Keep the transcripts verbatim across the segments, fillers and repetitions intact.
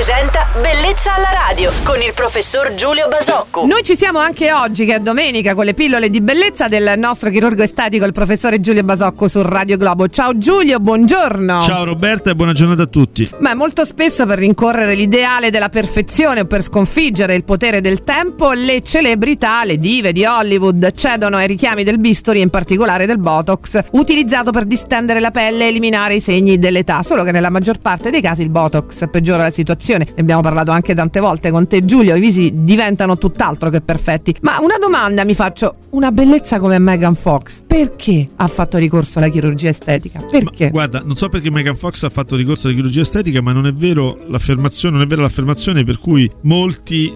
presenta Bellezza alla radio con il professor Giulio Basocco. Noi ci siamo anche oggi, che è domenica, con le pillole di bellezza del nostro chirurgo estetico, il professore Giulio Basocco, su Radio Globo. Ciao Giulio, buongiorno. Ciao Roberta e buona giornata a tutti. Beh, molto spesso per rincorrere l'ideale della perfezione o per sconfiggere il potere del tempo, le celebrità, le dive di Hollywood cedono ai richiami del bisturi, in particolare del Botox, utilizzato per distendere la pelle e eliminare i segni dell'età. Solo che nella maggior parte dei casi il Botox peggiora la situazione. Ne abbiamo parlato anche tante volte con te, Giulio. I visi diventano tutt'altro che perfetti. Ma una domanda mi faccio: una bellezza come Megan Fox, perché ha fatto ricorso alla chirurgia estetica? Perché? Ma, guarda, non so perché Megan Fox ha fatto ricorso alla chirurgia estetica, ma non è vero l'affermazione, non è vera l'affermazione per cui molti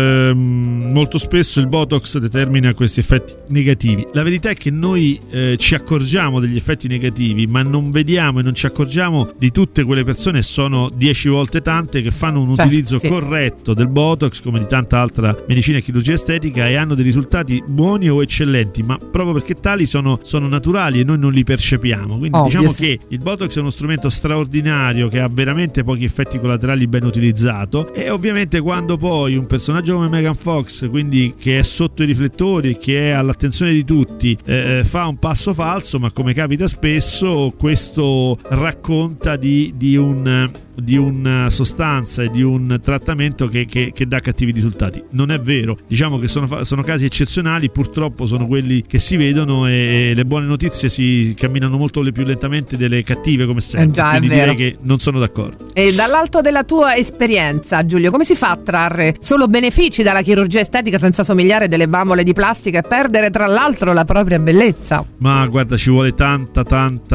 ehm, molto spesso il Botox determina questi effetti negativi. La verità è che noi eh, ci accorgiamo degli effetti negativi, ma non vediamo e non ci accorgiamo di tutte quelle persone, sono dieci volte tante, che fanno un Cioè, utilizzo sì. corretto del Botox come di tanta altra medicina e chirurgia estetica e hanno dei risultati buoni o eccellenti, ma proprio perché tali sono, sono naturali e noi non li percepiamo. Quindi Ovvio, diciamo sì. che il Botox è uno strumento straordinario che ha veramente pochi effetti collaterali ben utilizzato, e ovviamente quando poi un personaggio come Megan Fox, quindi che è sotto i riflettori, che è all'attenzione di tutti, eh, fa un passo falso, ma come capita spesso questo racconta di, di un di una sostanza e di un trattamento che, che, che dà cattivi risultati. Non è vero, diciamo che sono, sono casi eccezionali, purtroppo sono quelli che si vedono, e, e le buone notizie si camminano molto più lentamente delle cattive, come sempre. Eh già, quindi è vero. direi che non sono d'accordo. E dall'alto della tua esperienza, Giulio, come si fa a trarre solo benefici dalla chirurgia estetica senza somigliare delle bambole di plastica e perdere tra l'altro la propria bellezza? Ma guarda, ci vuole tanta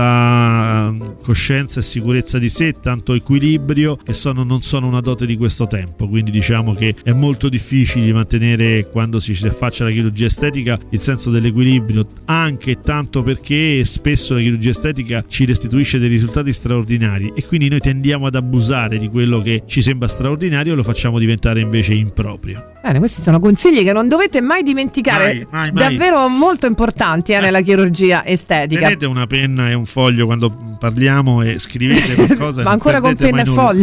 tanta coscienza e sicurezza di sé, tanto equilibrio, che sono, non sono una dote di questo tempo, quindi diciamo che è molto difficile mantenere, quando si affaccia alla chirurgia estetica, il senso dell'equilibrio, anche tanto perché spesso la chirurgia estetica ci restituisce dei risultati straordinari e quindi noi tendiamo ad abusare di quello che ci sembra straordinario e lo facciamo diventare invece improprio. Bene, questi sono consigli che non dovete mai dimenticare, Mai, mai, mai. davvero molto importanti eh, nella chirurgia estetica. Tenete una penna e un foglio quando parliamo e scrivete qualcosa. Ma ancora con penna e foglio.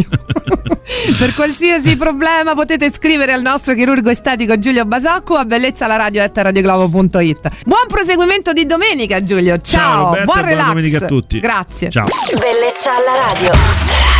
Per qualsiasi problema potete scrivere al nostro chirurgo estetico Giulio Basocco a bellezzalaradio chiocciola radioglobo punto it. Buon proseguimento di domenica, Giulio. Ciao, Ciao Roberta, buon buona relax. domenica a tutti. Grazie. Ciao. Bellezza alla radio.